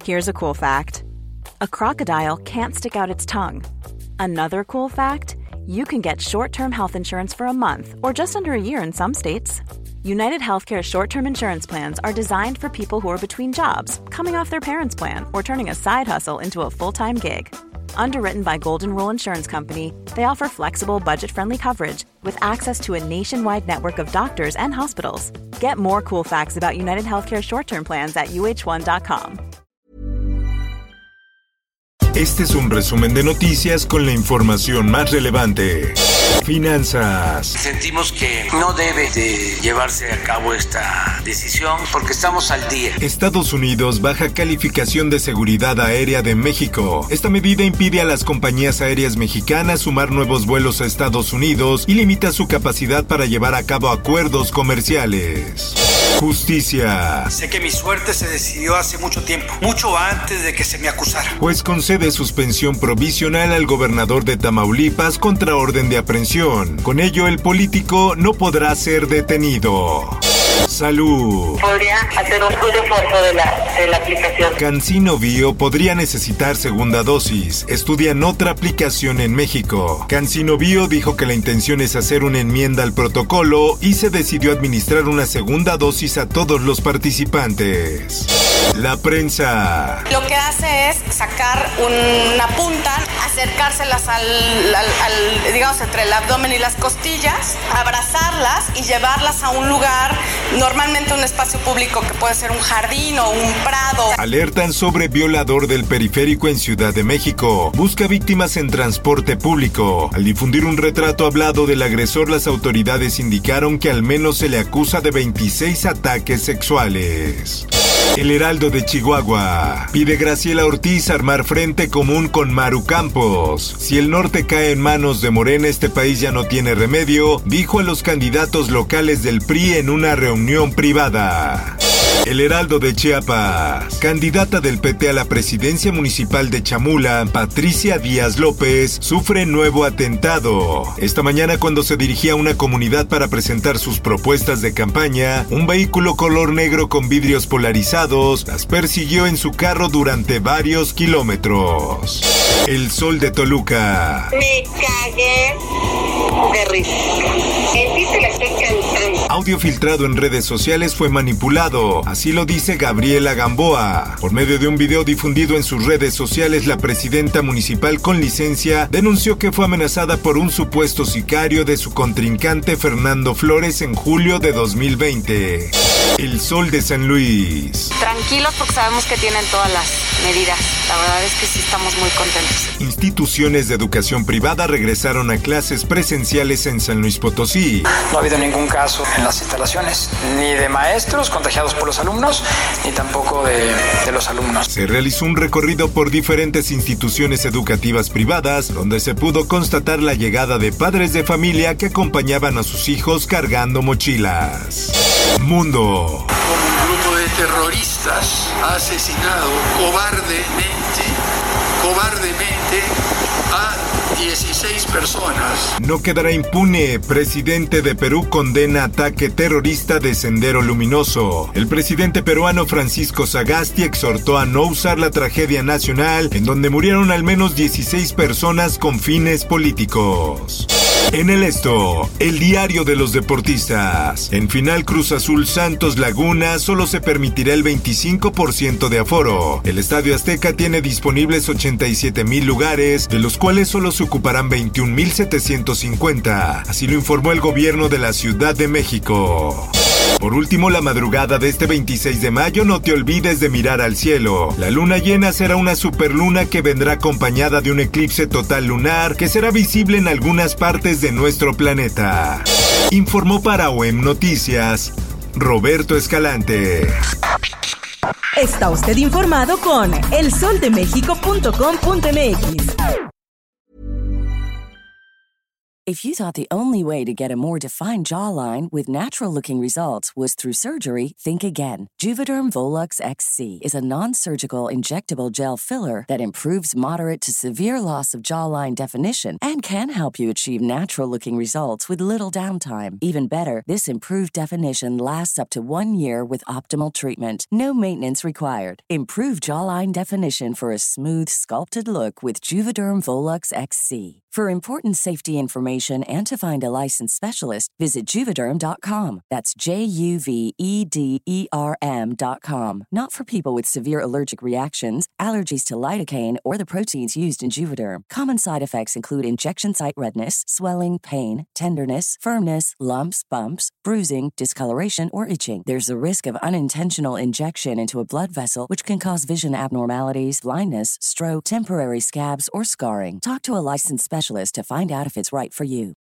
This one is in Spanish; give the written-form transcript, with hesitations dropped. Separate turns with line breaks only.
Here's a cool fact. A crocodile can't stick out its tongue. Another cool fact, you can get short-term health insurance for a month or just under a year in some states. United Healthcare short-term insurance plans are designed for people who are between jobs, coming off their parents' plan, or turning a side hustle into a full-time gig. Underwritten by Golden Rule Insurance Company, they offer flexible, budget-friendly coverage with access to a nationwide network of doctors and hospitals. Get more cool facts about United Healthcare short-term plans at uh1.com.
Este es un resumen de noticias con la información más relevante. Finanzas.
Sentimos que no debe de llevarse a cabo esta decisión porque estamos al día.
Estados Unidos baja calificación de seguridad aérea de México. Esta medida impide a las compañías aéreas mexicanas sumar nuevos vuelos a Estados Unidos y limita su capacidad para llevar a cabo acuerdos comerciales. Justicia.
Sé que mi suerte se decidió hace mucho tiempo, mucho antes de que se me acusara.
Juez concede suspensión provisional al gobernador de Tamaulipas contra orden de aprehensión. Con ello, el político no podrá ser detenido. Salud.
Podría hacer un refuerzo de la aplicación.
CanSino Bio podría necesitar segunda dosis. Estudian otra aplicación en México. CanSino Bio dijo que la intención es hacer una enmienda al protocolo y se decidió administrar una segunda dosis a todos los participantes. La prensa.
Lo que hace es sacar una punta, acercárselas al digamos, entre el abdomen y las costillas, abrazarlas y llevarlas a un lugar, normalmente un espacio público que puede ser un jardín o un prado.
Alertan sobre violador del periférico en Ciudad de México. Busca víctimas en transporte público. Al difundir un retrato hablado del agresor, las autoridades indicaron que al menos se le acusa de 26 ataques sexuales. El Heraldo de Chihuahua. Pide Graciela Ortiz armar frente común con Maru Campos. Si el norte cae en manos de Morena, este país ya no tiene remedio, dijo a los candidatos locales del PRI en una reunión privada. El Heraldo de Chiapas. Candidata del PT a la presidencia municipal de Chamula, Patricia Díaz López, sufre nuevo atentado. Esta mañana, cuando se dirigía a una comunidad para presentar sus propuestas de campaña, un vehículo color negro con vidrios polarizados las persiguió en su carro durante varios kilómetros. El Sol de Toluca.
Me cagué de risa. En ti te la estoy cantando.
Audio filtrado en redes sociales fue manipulado. Así lo dice Gabriela Gamboa. Por medio de un video difundido en sus redes sociales, la presidenta municipal con licencia denunció que fue amenazada por un supuesto sicario de su contrincante Fernando Flores en julio de 2020. El Sol de San Luis.
Tranquilos porque sabemos que tienen todas las medidas. La verdad es que sí estamos muy contentos.
Instituciones de educación privada regresaron a clases presenciales en San Luis Potosí.
No ha habido ningún caso en las instalaciones, ni de maestros contagiados por los alumnos, ni tampoco de los alumnos.
Se realizó un recorrido por diferentes instituciones educativas privadas, donde se pudo constatar la llegada de padres de familia que acompañaban a sus hijos cargando mochilas. Mundo.
Un grupo de terroristas ha asesinado cobardemente a 16 personas.
No quedará impune. Presidente de Perú condena ataque terrorista de Sendero Luminoso. El presidente peruano Francisco Sagasti exhortó a no usar la tragedia nacional, en donde murieron al menos 16 personas con fines políticos. En el Esto, el diario de los deportistas. En final Cruz Azul Santos Laguna solo se permitirá el 25% de aforo. El Estadio Azteca tiene disponibles 87,000 lugares, de los cuales solo se ocuparán 21,750. Así lo informó el gobierno de la Ciudad de México. Por último, la madrugada de este 26 de mayo no te olvides de mirar al cielo. La luna llena será una superluna que vendrá acompañada de un eclipse total lunar que será visible en algunas partes de nuestro planeta. Informó para OEM Noticias, Roberto Escalante.
Está usted informado con elsoldemexico.com.mx.
If you thought the only way to get a more defined jawline with natural-looking results was through surgery, think again. Juvederm Volux XC is a non-surgical injectable gel filler that improves moderate to severe loss of jawline definition and can help you achieve natural-looking results with little downtime. Even better, this improved definition lasts up to 1 year with optimal treatment. No maintenance required. Improve jawline definition for a smooth, sculpted look with Juvederm Volux XC. For important safety information and to find a licensed specialist, visit Juvederm.com. That's JUVEDERM.com. Not for people with severe allergic reactions, allergies to lidocaine, or the proteins used in Juvederm. Common side effects include injection site redness, swelling, pain, tenderness, firmness, lumps, bumps, bruising, discoloration, or itching. There's a risk of unintentional injection into a blood vessel, which can cause vision abnormalities, blindness, stroke, temporary scabs, or scarring. Talk to a licensed specialist to find out if it's right for you.